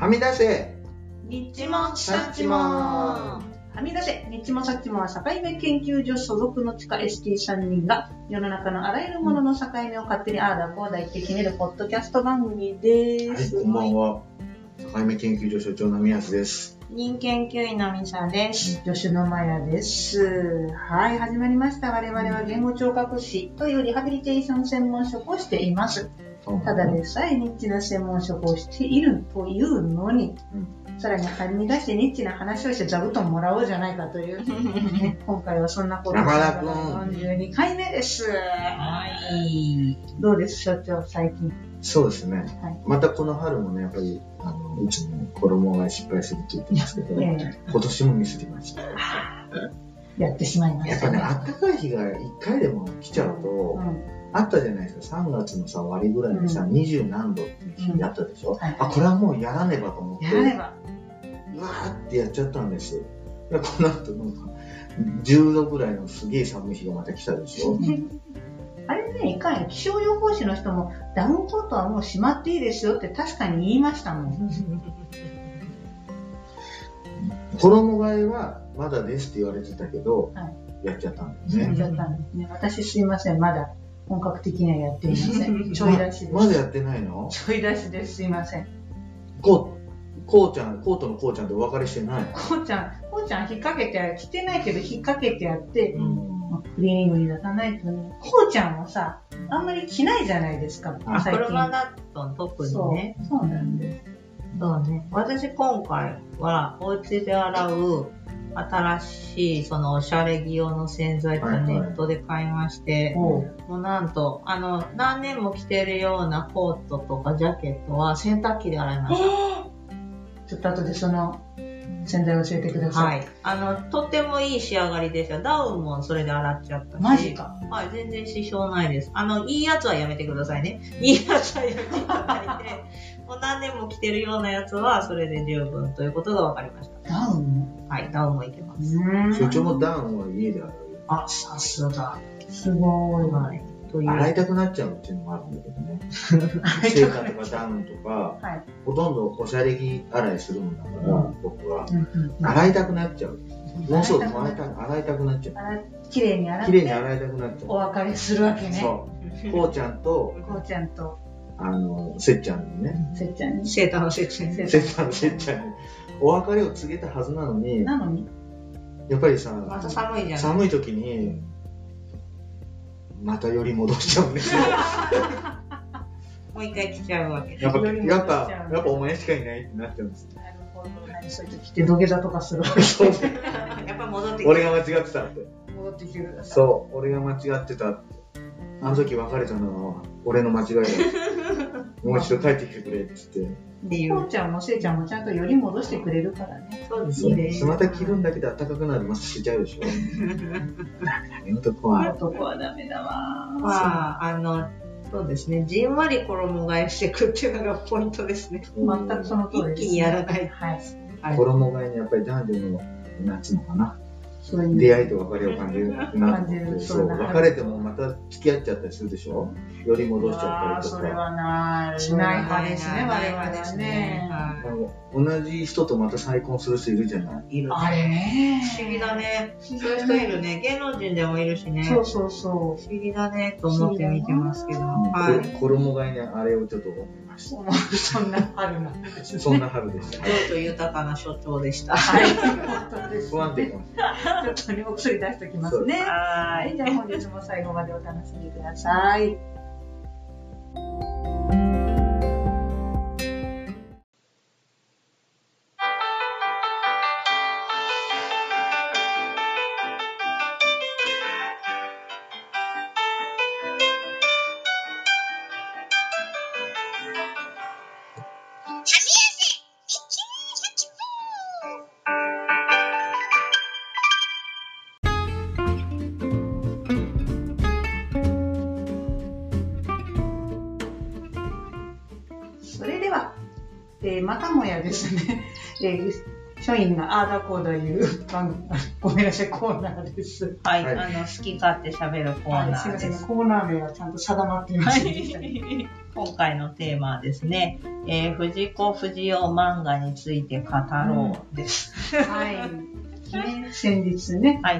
はみ出せニッチもサッチもはみ出せニッチもサッチもは境目研究所所属の地下 ST3 人が世の中のあらゆるものの境目を勝手にああだこうだ言って決めるポッドキャスト番組です。 はい、こんばんは。境目研究所所長の宮津です。 人研究員のミサです。助手のマヤです。はい、始まりました。我々は言語聴覚士というリハビリテーション専門職をしています。ただでさえニッチな専門職をしているというのに、さらにはみ出してニッチな話をして座布団もらおうじゃないかという、今回はそんなこと山田君 42回目です。 はい。 どうです所長最近？ そうですね、 はい、 またこの春もねやっぱりいつも衣替え失敗するって言ってますけど、今年もミスりました。 やってしまいましたね。 やっぱね、暖かい日が1回でも来ちゃうと、あったじゃないですか、3月のさ終わりぐらいにさ、20何度って日あったでしょ、あ、これはもうやらねばと思って、うわーってやっちゃったんです。でこの後なんか10度ぐらいのすげえ寒い日がまた来たでしょあれね、いかんよ。気象予報士の人もダウンコートはもうしまっていいですよって確かに言いましたもん。 衣替えはまだですって言われてたけど、やっちゃったんですね。 やっちゃったんですね。私すいません、まだ本格的にはやっていません。ちょい出しです。 まだやってないの？ ちょい出しです。すいません。 こうちゃん、コートのこうちゃんとお別れしてない？ こうちゃん引っ掛けて、着てないけど引っ掛けてやって、クリーニングに出さないとね。こうちゃんはさ、あんまり着ないじゃないですか。 最近車だと特にね。 そうなんです。 そうね。私今回はお家で洗う新しいそのおしゃれ着用の洗剤とネットで買いまして、もうなんと何年も着てるようなコートとかジャケットは洗濯機で洗いました。 ちょっと後でその洗剤教えてください。 はい。とってもいい仕上がりでした。ダウンもそれで洗っちゃったし。 マジか。 はい、全然支障ないです。いいやつはやめてくださいね。いいやつはやめていただいて、もう何年も着てるようなやつはそれで十分ということが分かりました。 ダウンも？ はい、ダウンもいけます。 所長もダウンは家で洗う？ あ、さすが。すごい。はい。 洗いたくなっちゃうっていうのもあるんだけどね。セーターとかダウンとか、ほとんどおしゃれ着洗いするもんだから、僕は。洗いたくなっちゃう。もうそう、洗いたくなっちゃう。 綺麗に洗いたくなっちゃう。 お別れするわけね。 そう。こうちゃんと、せっちゃんにね。 せっちゃんに。 セーターのせっちゃんに。 せっちゃんのせっちゃんに。お別れを告げたはずなのに、やっぱりさ、 また寒いじゃん。 寒い時に、またより戻しちゃうんですよ。 もう一回来ちゃうわけ。 やっぱお前しかいないってなっちゃうんです。 なるほど。そういう時って土下座とかするわけ。 そう。やっぱ戻ってきて。 俺が間違ってたって。 戻ってきてください。 そう、俺が間違ってたって。あの時別れたのは俺の間違いだ。もう一度帰ってきてくれって言って。 こうちゃんもせいちゃんもちゃんとより戻してくれるからね。 そうですね。 また着るんだけど暖かくなるまたしちゃうでしょ。ダメだね、男は。 男はダメだわ。 まあ、そうですね。じんわり衣替えしていくっていうのがポイントですね。 全くその通りです。 一気にやらない。 はい。 衣替えにやっぱり男女の夏のかな。出会いと別れを感じるなって。そう。別れてもまた付き合っちゃったりするでしょ。より戻しちゃったりとか。 それはない派ですね、我々はね。 同じ人とまた再婚する人いるじゃない。 いる。 あれね。 不思議だね。そういう人いるね。芸能人でもいるしね。 そう。不思議だねと思って見てますけど。 衣替えにあれをちょっと思いました。 そんな春なんです。 そんな春でした。 情緒豊かな所長でした。 はい。本当です。 不安定かもしれない。 ちょっとね、お薬出しておきますね。はい。じゃあ本日も最後までお楽しみください。またもやですね、署員があーだこーだ言うごめんなさい、コーナーです。 はい、好き勝手喋るコーナーです。 すみません、コーナー名はちゃんと定まっていませんでしたね。 今回のテーマはですね、藤子不二雄漫画について語ろうです。 はい。ね、先日ね、 はい。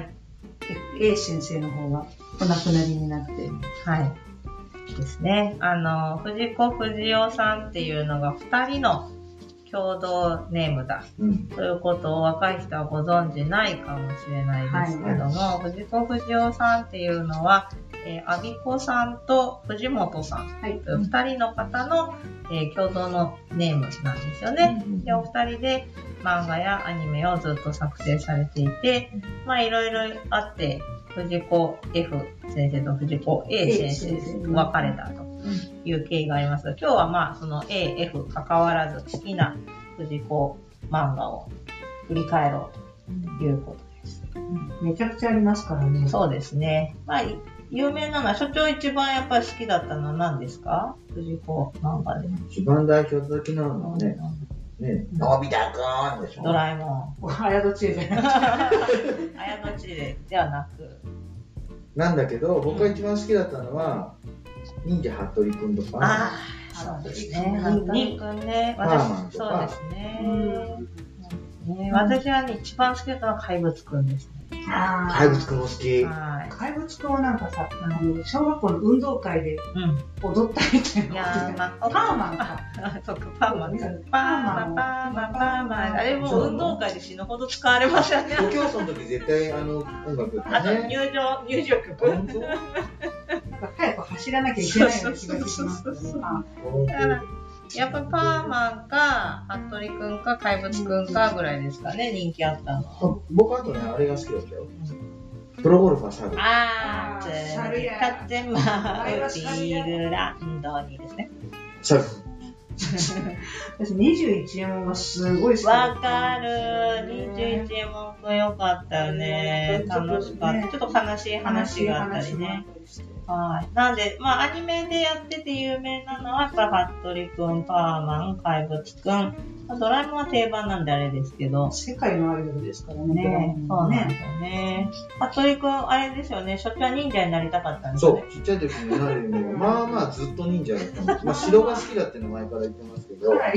A 先生の方がお亡くなりになって。 はい。ですね。藤子不二雄さんっていうのが2人の共同ネームだ、ということを若い人はご存知ないかもしれないですけども、藤子不二雄さんっていうのは、アビコさんと藤本さんという2人の方の、共同のネームなんですよね。で、お二人で漫画やアニメをずっと作成されていて、まあいろいろあって、藤子 F 先生と藤子 A 先生に分かれたという経緯がありますが、今日はまあその A、F 関わらず好きな藤子漫画を振り返ろうということです。 めちゃくちゃありますからね。 そうですね。まあ有名なのは、所長一番やっぱり好きだったのは何ですか？藤子漫画で。 一番代表的なのはね、のび太くんでしょ。 ドラえもん。あやどちえじゃなくて。 あやどちえではなく。 なんだけど、僕が一番好きだったのは、忍者ハットリくんとか。 ああ、そうですね。ハットリくんね。私、そうですね。私はね、一番好きだったのは怪物くんですね。 怪物くんも好き。 怪物くんはなんかさ、小学校の運動会で踊ったみたいな。パーマンか。 そうか、パーマン。パーマン。あれも運動会で死ぬほど使われましたね。 徒競走の時絶対音楽あと入場曲。 なんか早く走らなきゃいけないような気がしますね。 やっぱパーマンか、服部くんか、怪物くんかぐらいですかね、人気あったの。 僕あとね、あれが好きだったよ。プロゴルファーサル。 サルや。勝ってまうビーグランドにですね。 サル。 私21円もんがすごい好きだった。わかる。21円もんくんよかったよね。楽しかった。ちょっと悲しい話があったりね。はい。なんで、まあ、アニメでやってて有名なのは、やっぱ、服部くん、パーマン、怪物くん。ドラえもんは定番なんであれですけど。 世界のアイドルですからね。そうなんですよね。服部くん、あれですよね。しょっちゅう忍者になりたかったんですよね。 そう、ちっちゃい時になるよね。まあまあずっと忍者だったんです。まあ、城が好きだっていうの前から言ってますけど。はい。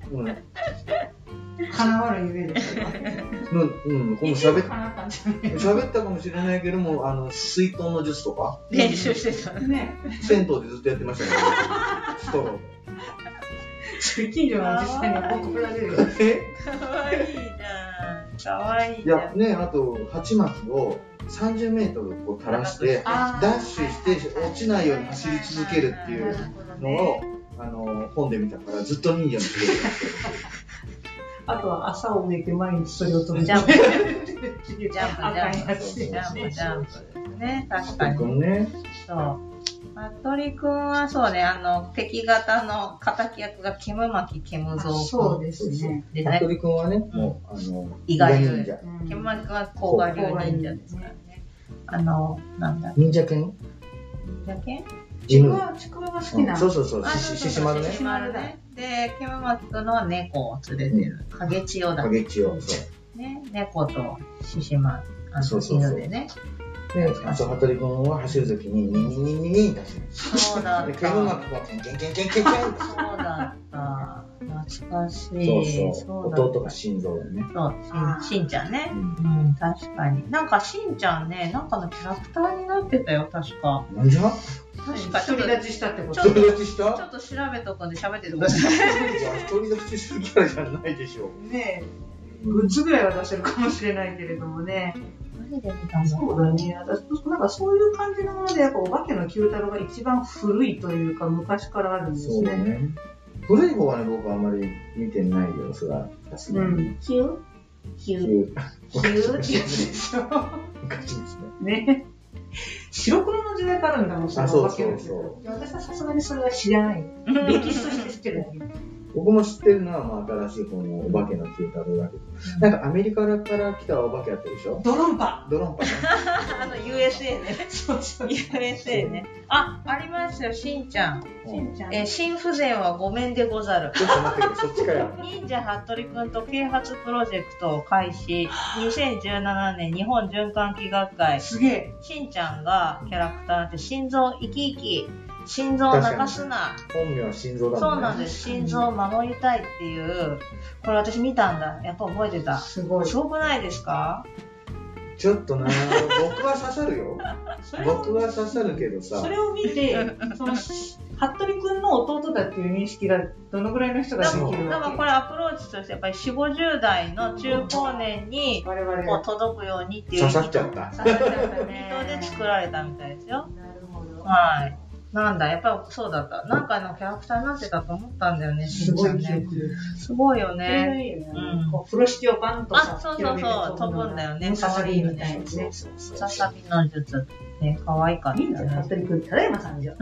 叶わる夢ですよ。 喋ったかもしれないけども、水遁の術とか。 練習してたね。 銭湯でずっとやってましたね。ストローで。 近所のおじさんに怒られるよ。 かわいいじゃん。かわいいじゃん。 いや、ね、あと、鉢巻きを30メートルこう垂らして、ダッシュして落ちないように走り続けるっていうのを、本で見たからずっと忍者の仕事やってる。 あとは朝を寝て毎日それを飛びジャンプ。ジャンプですね。確かに。 ね。 そう。服部くんはそうね、敵型の敵役が煙巻煙蔵くん。 そうですね。 服部くんはね、もう、 伊賀流。煙巻くんは甲賀流忍者ですからね。なんだ。 忍者犬ちくわが好きな。 そう。獅子丸ね。 獅子丸ね。で、煙巻くんのは猫を連れてる。影千代だ。 影千代、そう。 ね、猫と獅子丸。犬でね。 で、服部君は走るときに、に出す。 そうだった。 煙巻くがケンケン。そうだった。懐かしい。 そう。弟が心臓だね。 そう、しんちゃんね。確かに。なんかしんちゃんね、なんかのキャラクターになってたよ、確か。 なんじゃ確か独り立ちしたってこと。 独り立ちした？ ちょっと調べとくんで喋ってることない。 いや、独り立ちするキャラじゃないでしょ。 ねえ。グッズぐらいは出せるかもしれないけれどもね。 何で見たの？ そうだね。なんかそういう感じのもので、やっぱお化けの九太郎が一番古いというか、昔からあるんですね。そうね。 古い方はね、僕はあんまり見てない様子が、さすがに。 ヒューってやつでしょ。 昔ですね。ね。白黒の時代からあるんだもん、 そのお化けの九太郎。 私はさすがにそれは知らない。歴史として知ってるだけ。 僕も知ってるのは、まあ、新しいこのお化けの九太郎だけど、なんかアメリカから来たお化けあったでしょ？ ドロンパね。 USA ね。 そう。 USA ね。ありますよ、しんちゃん。心不全はごめんでござる。 ちょっと待ってくれ、そっちかよ。 忍者服部くんと啓発プロジェクトを開始。2017年日本循環器学会。 すげえ。 しんちゃんがキャラクターで心臓生き生き。 心臓を泣かすな。 本名は心臓だもんね。 そうなんです。心臓を守りたいっていう、これ私見たんだ。やっぱ覚えてた。すごくないですか？ ちょっとな、僕は刺さるよ。僕は刺さるけどさ。 それを見て、服部くんの弟だっていう認識がどのぐらいの人ができるわけ？ だからこれアプローチとしてやっぱり4、50代の中高年にこう届くようにっていう刺さっちゃった。 刺さっちゃったね。意図で作られたみたいですよ。なるほど。はい。なんだ、やっぱりそうだった。なんかのキャラクターになってたと思ったんだよね、 すごいね。 すごいよね。 風呂敷をバンとさ、そうそうそう、飛ぶんだよね。 ムササビみたいにね。 ムササビの術。ね、可愛かった。 いいんだよ、服部くん。ただいまさんじゃん。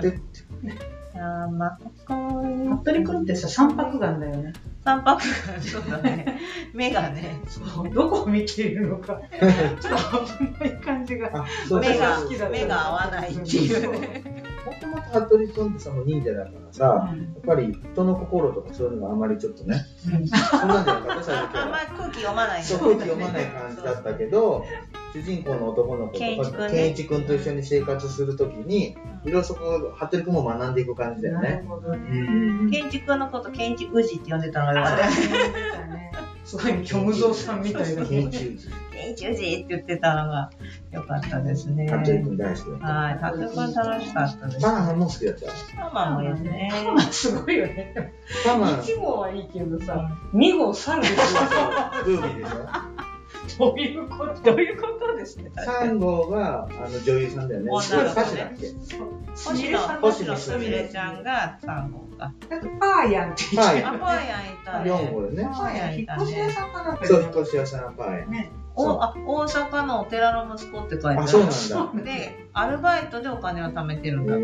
服部くんってさ、三白眼だよね。 三白眼、そうだね。目がね。 どこを見ているのか。ちょっと危ない感じが。 目が合わないっていうね。 もともと服部君ってその忍者だからさ、やっぱり人の心とかそういうのがあまりちょっとね、そんなんじゃなかった最初あんまり空気読まない。 そう、空気読まない感じだったけど、主人公の男の子とか健一君と一緒に生活するときに、いろいろそこ服部君も学んでいく感じだよね。なるほどね。健一君のこと健一宇治って呼んでたのがよかったね。 すごい虚無蔵さんみたいな。 健一宇治。 健一宇治って言ってたのが良かったですね。 服部君大好きだった。 はい、服部君楽しかったです。 パーマンも好きだった。 パーマンもいいよね。 パーマンすごいよね。 パーマン。 1号はいいけどさ、2号猿ですよ。 ブービーでしょ。 どういうことですね。 3号が女優さんだよね。 星野だっけ？ 星野すみれちゃんが3号か。 パーヤンって言って。 パーヤンいたね。 4号でね。 パーヤンいたね。 引っ越し屋さんかなんか。 そう、引っ越し屋さんパーヤン。ね。 大阪のお寺の息子って書いてある。 あ、そうなんだ。 で、アルバイトでお金を貯めてるんだって。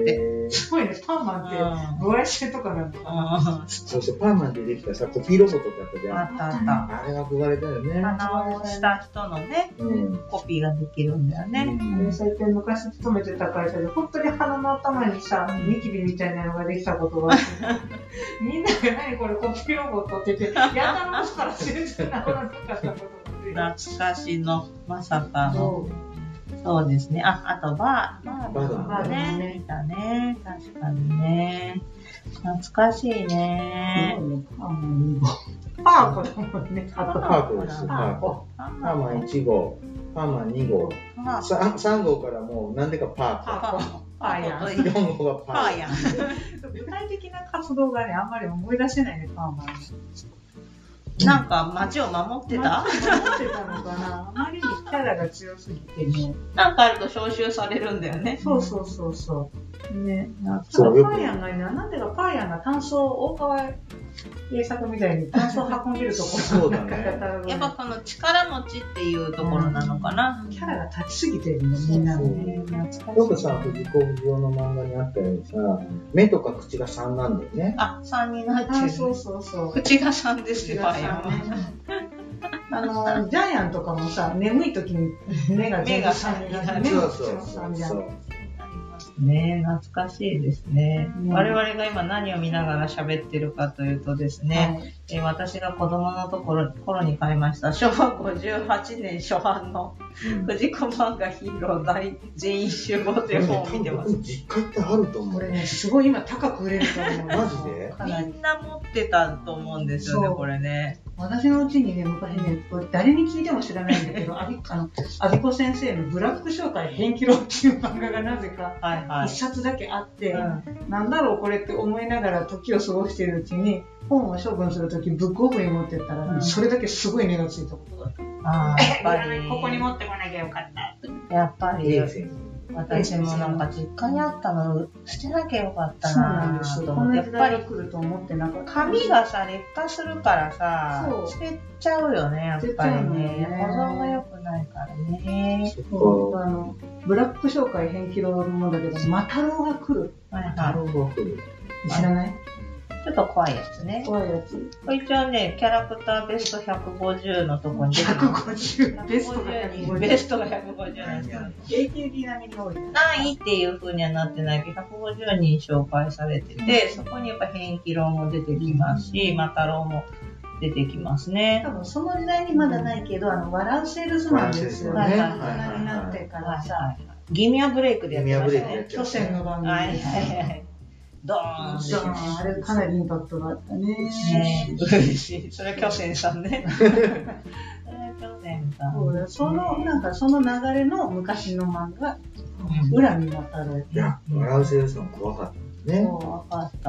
すごいね、パーマンって、歩合制とかなんだ。 そうそう、パーマンでできたさ、コピーロボットってあったじゃん。 あったあった。 あれ憧れたよね。 鼻をした人のね、コピーができるんだよね。 最近昔勤めてた会社で、本当に鼻の頭にさ、ニキビみたいなのができたことがあって、みんなが何これコピーロボットって言って、やたらから全然治らなかったことが。 懐かしの、まさかの。そうですね。あとバードね。いたね。確かにね。懐かしいね。 パーコだもんね。 パーコです。パーマン1号、パーマン2号。3号からもうなんでかパーコ。 パーヤン。 4号がパーヤン。 具体的な活動がね、あんまり思い出せないね、パーマン。 なんか街を守ってた？ 守ってたのかな。あまりにキャラが強すぎてね。 なんかあると招集されるんだよね。 そう。ね、パーヤンがなんでかパーヤンが大川栄作みたいに炭素を運んでるところ。 そうだね。 やっぱこの力持ちっていうところなのかな。 キャラが立ちすぎてるのみんなね。 よくさ、藤子不二雄の漫画にあったようにさ、目とか口が3なんだよね。 あ、3になってる。 そう。 口が3ですよ、パーヤンは。ジャイアンとかもさ、眠い時に目が3になってる。 そう。 ね、懐かしいですね。我々が今何を見ながら喋ってるかというとですね、私が子供の頃に買いました昭和58年初版の藤子漫画ヒーロー全員集合という本を見てます。 実家ってあると思う。 これね、すごい今高く売れると思う。 マジで？ みんな持ってたと思うんですよね、これね。 私のうちにね、昔ね、誰に聞いても知らないんだけど、アビコ先生のブラック商会変気郎っていう漫画がなぜか一冊だけあって、なんだろうこれって思いながら時を過ごしているうちに、本を処分するときブックオフに持ってったら、それだけすごい値がついたことだった。ここに持ってこなきゃよかった。 やっぱり。私もなんか実家にあったの捨てなきゃよかったなぁと思って。やっぱり来ると思ってなかった。紙がさ、劣化するからさ、捨てちゃうよね、やっぱりね。保存が良くないからね。 ブラック商会変気郎のものだけど、マタロウが来る。知らない？ ちょっと怖いやつね。 怖いやつ。 これ一応ね、キャラクターベスト150のとこに。 150？ベストが150。 ベストが150なんですよ。 AKB 並みに多い。 何位っていう風にはなってないけど、150人紹介されてて、そこにやっぱ変気郎も出てきますし、マタロウも出てきますね。 多分その時代にまだないけど、笑うセールスマンですよね。大人になってからさ。 ギミアブレイクでやってましたね。 巨船の番組。 はいはいはい。ドーン。 あれかなりインパクトがあったね。 嬉しい。それは巨船さんね。 その流れの昔の漫画、裏に渡る。 いや、笑うセールスマン怖かった。ね、 怖かった。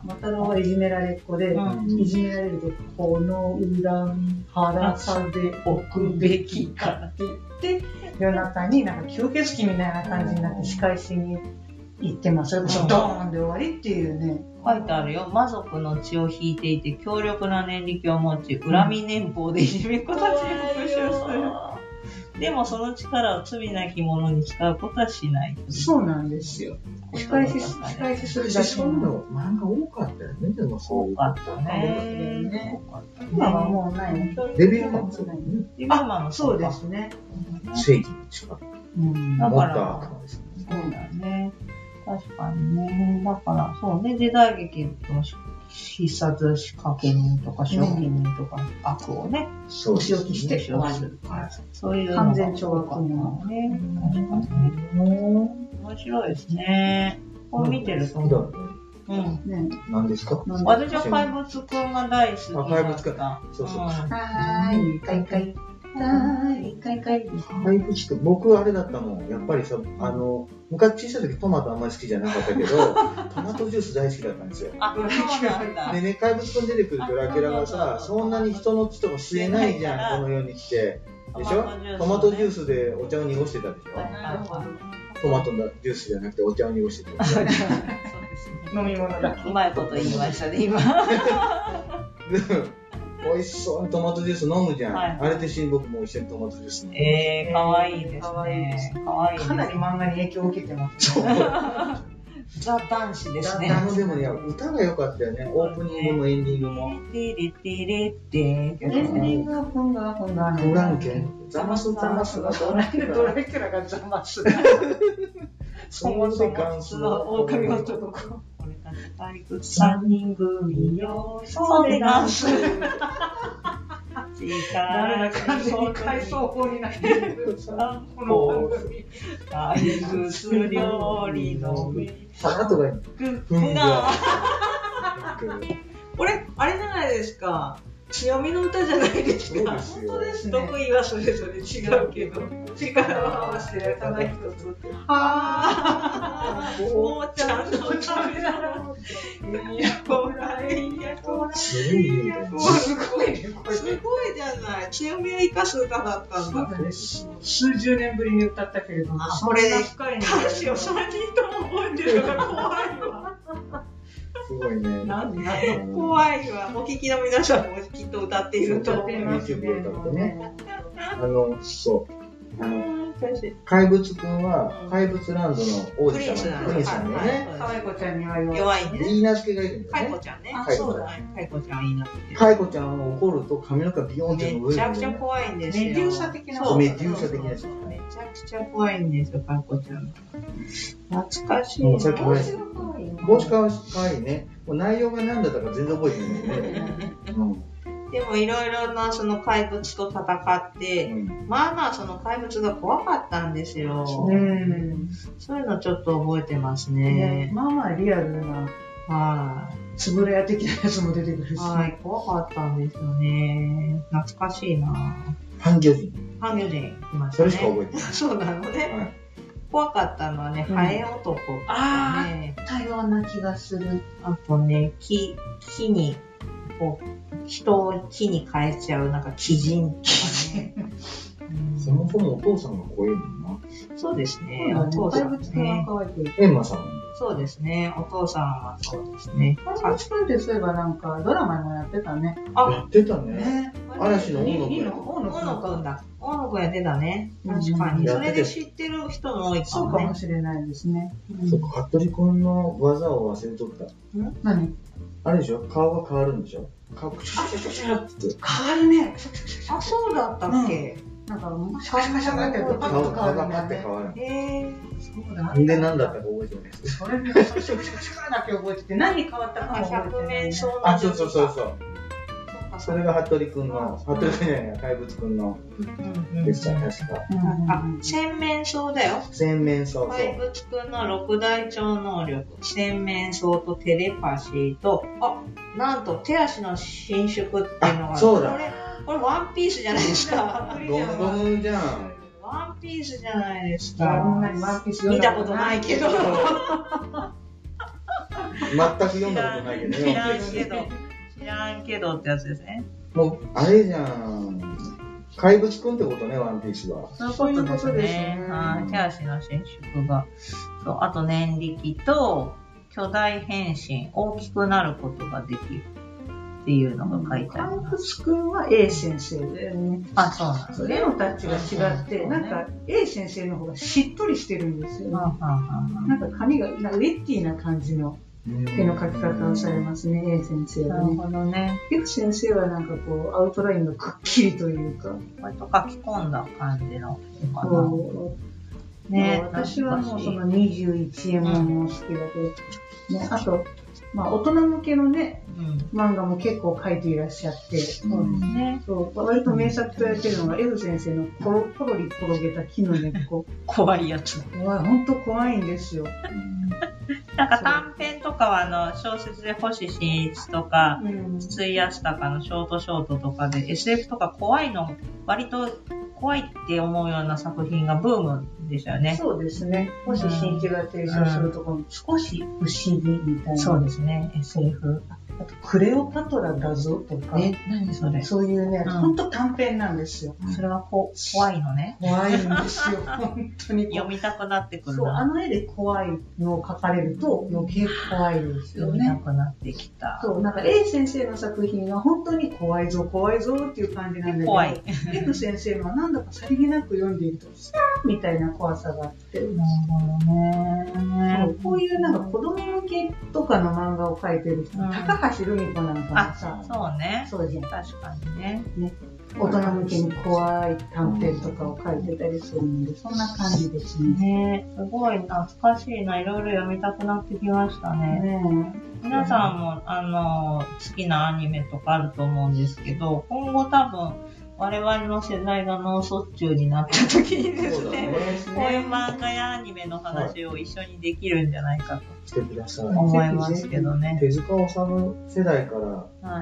またろはいじめられっ子で、いじめられると、この恨み晴らさでおくべきかって言って、夜中になんか吸血鬼みたいな感じになって仕返しに行ってます。それこそドーンで終わりっていうね。 書いてあるよ。魔族の血を引いていて、強力な念力を持ち、恨み年俸でいじめっ子たちに復讐する。でもその力を罪なき者に使うことはしない。 そうなんですよ。仕返しするだけ。 そういうの漫画多かったよね。でも多かったね。 今はもうないね。 デビューマンもそうだね。 デビューマンもそうですね。 正義の力。 だから、そうだよね。確かにね。だから、そうね、時代劇と必殺仕掛け人とか証券人とか悪をね、 お仕置きして終わる。 そういう完全懲悪人ね。確かにね。面白いですね。これ見てると思う。 何ですか？ 私は怪物くんが大好きだった。 怪物くん。そうそう。 カイカイ。 怪物くん。僕あれだったもん。やっぱりさ、昔小さい時トマトあんまり好きじゃなかったけど、トマトジュース大好きだったんですよ。 あ、そうなんだ。 でね、怪物くん出てくるドラキュラがさ、そんなに人の血とか吸えないじゃん、この世に来て。でしょ？トマトジュースでお茶を濁してたでしょ？トマトのジュースじゃなくてお茶を濁してた。 飲み物だ。 うまいこと言いましたね、今。 美味しそうにトマトジュース飲むじゃん。あれと一緒に僕も一緒にトマトジュース飲む。 かわいいですね。かわいい。 かなり漫画に影響を受けてます。 ザ男子ですね。 でもね、歌が良かったよね。オープニングもエンディングも。 テレテレって。 エンディングはフンガフランケン。ザマスがドラキュラがザマス。 そもそも元祖の狼男。 俺たち退屈3人組よ。それがす。 完全に海藻法になっている。この番組。 退屈料理の上。 あとが、 これ、あれじゃないですか。強みの歌じゃないですか。 本当ですね。 得意はそれぞれ違うけど、力を合わせてただ一つ。もうちゃんと食べなら、いやこらいやこらすごいね。 すごいじゃない。強みを生かす歌だったんだ。 数十年ぶりに歌ったけれども、 これ、歌詞を3人とも覚えてるから怖いわ。 すごいね。 怖いわ。お聞きの皆さんもきっと歌っていると思います。 YouTube で歌ってね。そう。怪物くんは、怪物ランドの王子様、プリンさんでね。 かわいこちゃんには弱いんです。 いいなずけがいるんだよね。 かいこちゃんね。そうだね。かいこちゃんいいなずけ。 かいこちゃんが怒ると髪の毛がビヨーンって伸びる。 めちゃくちゃ怖いんですよ。 メデューサ的な。 そう、メデューサ的なやつ。 めちゃくちゃ怖いんですよ、かいこちゃん。懐かしい。 もうさっき帽子かわいいね。内容が何だったか全然覚えてないんだよね。 でもいろいろなその怪物と戦って、まあまあその怪物が怖かったんですよ。そういうのちょっと覚えてますね。 まあまあリアルな、つぶれ屋的なやつも出てくるし。 怖かったんですよね。懐かしいな。 ハンギョジン。 ハンギョジンいましたね。 それしか覚えてない。 そうなのね。怖かったのはね、ハエ男とかね。 あったような気がする。 あとね、木に、こう、人を木に変えちゃう、なんか鬼人とかね。 そもそもお父さんが怖いもんな。 そうですね。お父さんね。 エンマさん。 そうですね。お父さんはそうですね。 怪物くんってそういえばなんかドラマもやってたね。 やってたね。嵐の大野くん。 大野くんだ。大野くんやってたね。確かに。それで知ってる人も多いかもね。 そうかもしれないですね。 そっか、服部くんの技を忘れとった。 何？ あれでしょ？顔が変わるんでしょ？顔クシュシュシュシュって変わるね。 あ、そうだったっけ？ なんかシャカシャカシャカってパッと変わる。 パッて変わる。 そうだ。 で何だったか覚えてないです。 それでシャカシャカシャカだけ覚えてて何変わったかも覚えてない。 あ、そう。 そっかそれが服部くんの、服部くんじゃないや、怪物くんのでした、確か。 洗面槽だよ。 洗面槽。 怪物くんの6大超能力。洗面槽とテレパシーと、なんと手足の伸縮っていうのが、 そうだ。 これワンピースじゃないですか。 ゴムゴムじゃん。 ワンピースじゃないですか。 見たことないけど。 全く読んだことないけどね。 知らんけどってやつですね。 もう、あれじゃん。怪物くんってことね、ワンピースは。 そういうことですね。手足の伸縮が。そう、あと念力と、巨大変身、大きくなることができる。っていうのが書いてあります。 怪物くんは A 先生だよね。 そうなんですね。 絵のタッチが違って、なんか A 先生の方がしっとりしてるんですよね。なんか髪がウェッティな感じの絵の描き方をされますね、A 先生はね。 なるほどね。 F 先生はなんかこう、アウトラインがくっきりというか。 割と書き込んだ感じの絵かな。 ね、私はもうその21円も好きだけど、ね、あと、大人向けのね、漫画も結構描いていらっしゃって、割と名作とやってるのが F 先生のコロリ転げた木の根っこ。 怖いやつ。 本当怖いんですよ。 なんか短編とかは小説で星新一とか、筒井康隆のショートとかで SF とか怖いの、割と怖いって思うような作品がブームでしたよね。 そうですね。星新一が提唱するところも少し不思議みたいな。 そうですね。SF。 あと、クレオパトラ画像とか。 何それ？ そういうね、ほんと短編なんですよ。 それは怖いのね。 怖いんですよ、本当に。 読みたくなってくる。 そう、あの絵で怖いのを描かれると余計怖いですよね。 読みたくなってきた。 そう、なんか A 先生の作品は本当に怖いぞっていう感じなんだけど、 怖い。 F 先生のはなんだかさりげなく読んでいると、スターみたいな怖さがあって。 なるほどね。 そう、こういうなんか子供向けとかの漫画を描いてる人、高橋留美子なんかもさ、 そうね。 そうじゃん。 確かにね。 大人向けに怖い短編とかを書いてたりするので、そんな感じですね。 すごい懐かしいな。いろいろ読みたくなってきましたね。皆さんも、好きなアニメとかあると思うんですけど、今後多分、我々の世代が脳卒中になった時にですね、こういう漫画やアニメの話を一緒にできるんじゃないかとしてください。 思いますけどね。 手塚治虫世代から、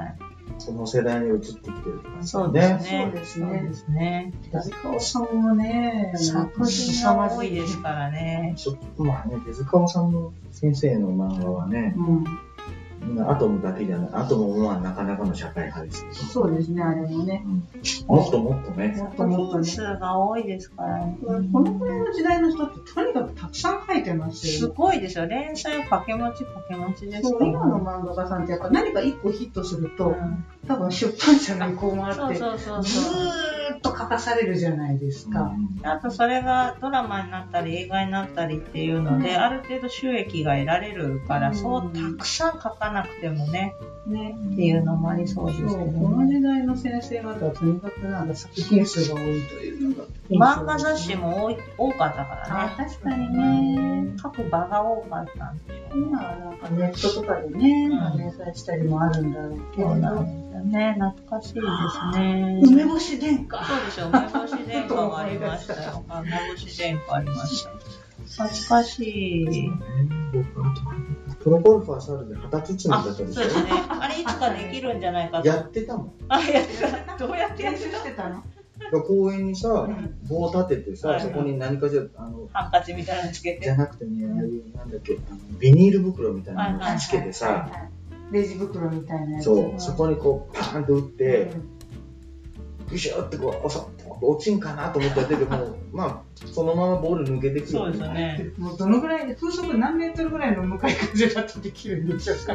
その世代に移ってきてる感じですね。 そうですね。 手塚治虫もね、 作品が多いですからね。 手塚治虫先生の漫画はね、アトムだけじゃない、アトムはなかなかの社会派ですけど。 そうですね、あれもね。 もっともっとね。 作品数が多いですからね。 このくらいの時代の人ってとにかくたくさん書いてますよ。 すごいですよ。連載掛け持ちですから。今の漫画家さんってやっぱ何か一個ヒットすると、多分出版社の意向もあって、ずーっと書かされるじゃないですか。 あとそれがドラマになったり映画になったりっていうので、ある程度収益が得られるから、そうたくさん書かなくてもね、っていうのもありそうですけど、 この時代の先生方はとにかくなんか作品数が多いというのが。 漫画雑誌も多かったからね。 確かにね。 書く場が多かったんでしょう。 今はなんかネットとかでね、連載したりもあるんだろうけど。 そうなんですよね。懐かしいですね。 梅干し殿下。 そうでしょ。梅干し殿下がありましたよ。梅干し殿下ありました。懐かしい。 プロゴルファー猿で旗包みだったでしょ。 そうですね。あれいつかできるんじゃないかと。 やってたもん。 やってた。どうやってやってたの？ 公園にさ、棒を立ててさ、そこに何かしら、 ハンカチみたいなのつけて。 じゃなくてね、ああいう、なんだっけ、ビニール袋みたいなのをつけてさ、 レジ袋みたいなやつ。 そう、そこにこう、パーンと打って、ぐしゅってこう、落ちんかなと思ったけども、そのままボール抜けてくる。 そうですよね。 もうどのぐらい、風速何メートルぐらいの向かい風だとできるんでしょうか。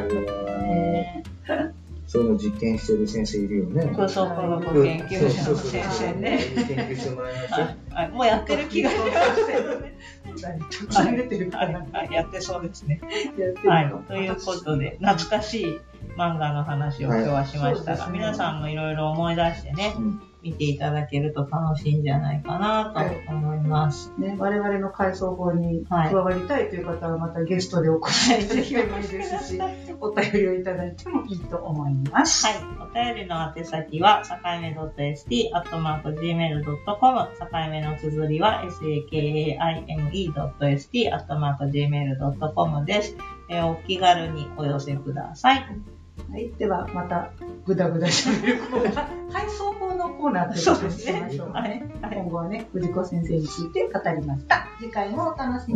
そういうの実験してる先生いるよね。 空想科学研究者の先生ね。 研究してもらいましょう。 もうやってる気がしますけどね。 たくさん出てるから。 やってそうですね。はい。ということで、懐かしい漫画の話を今日はしましたが、皆さんもいろいろ思い出してね、 見ていただけると楽しいんじゃないかなと思います。 ね、我々の回想法に加わりたいという方はまたゲストでお越しいただければいいですし、お便りをいただいてもいいと思います。 はい。お便りの宛先は、さかいめ .st@gmail.com、さかいめの綴りは sakaime.st@gmail.com です。お気軽にお寄せください。 はい。では、また、ぐだぐだしゃべるコーナー。回想法のコーナーということにしましょうね。今後はね、藤子先生について語りました。次回もお楽しみに。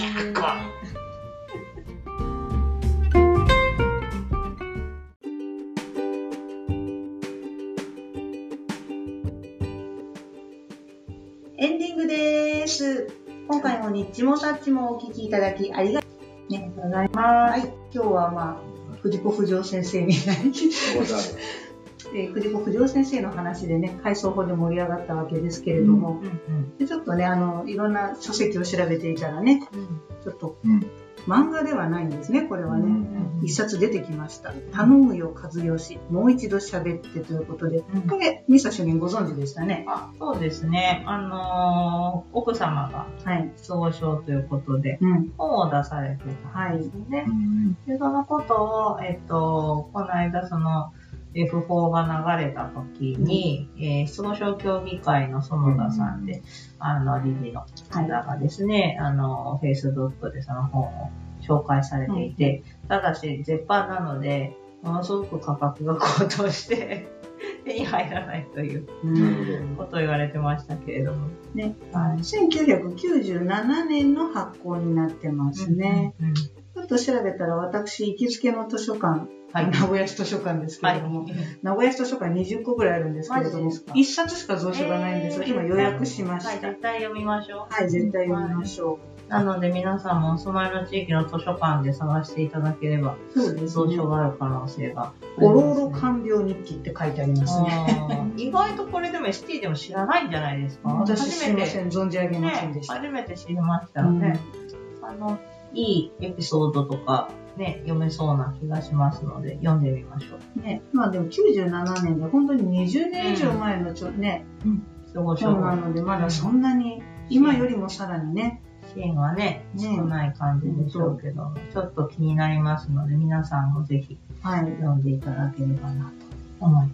エンディングです。今回もニッチもサッチもお聞きいただきありがとうございます。はい。今日は藤子不二雄先生に藤子不二雄先生の話でね、回想法で盛り上がったわけですけれども、でちょっとね、いろんな書籍を調べていたらね、ちょっと、漫画ではないんですね、これはね。一冊出てきました。頼むよ和義、もう一度喋ってということで、これ、ミサ主任ご存知でしたね。 そうですね。奥様が、総称ということで、本を出されてたんですね。で、そのことを、この間、訃報が流れた時に、総称協議会の園田さんで、理事の方がですね、Facebook でその本を紹介されていて、ただし、絶版なので、ものすごく価格が高騰して、手に入らないということを言われてましたけれども。 ね、1997年の発行になってますね。ちょっと調べたら、私、行きつけの図書館、名古屋市図書館ですけれども、名古屋市図書館20個ぐらいあるんですけれども、1冊しか蔵書がないんですが、今予約しました。 絶対読みましょう。 はい、絶対読みましょう。なので皆さんもお住まいの地域の図書館で探していただければ、蔵書がある可能性が。 おろおろ看病日記って書いてありますね。 意外とこれでも ST でも知らないんじゃないですか？ 私すいません、存じ上げませんでした。 初めて知りましたので、いいエピソードとかね、読めそうな気がしますので、読んでみましょう。ね、まあでも97年で本当に20年以上前の本なので、まだそんなに、今よりもさらにね、 支援はね、少ない感じでしょうけど、ちょっと気になりますので、皆さんもぜひ読んでいただければなと思います。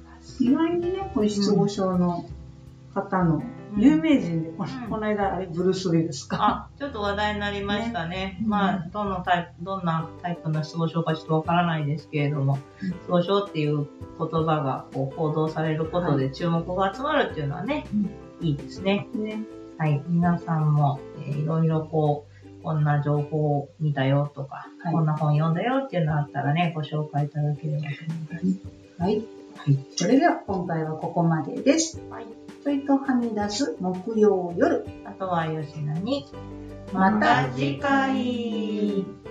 意外にね、こういう失語症の方の有名人で、この間、ブルース・リーですか。 ちょっと話題になりましたね。まあ、どんなタイプの失語症かちょっとわからないですけれども、失語症っていう言葉が報道されることで注目が集まるっていうのはね、いいですね。はい。皆さんも、いろいろこんな情報を見たよとか、こんな本読んだよっていうのがあったらね、ご紹介いただければと思います。 はい。それでは今回はここまでです。ちょいとはみ出す木曜夜。 あとは吉野に。 また次回。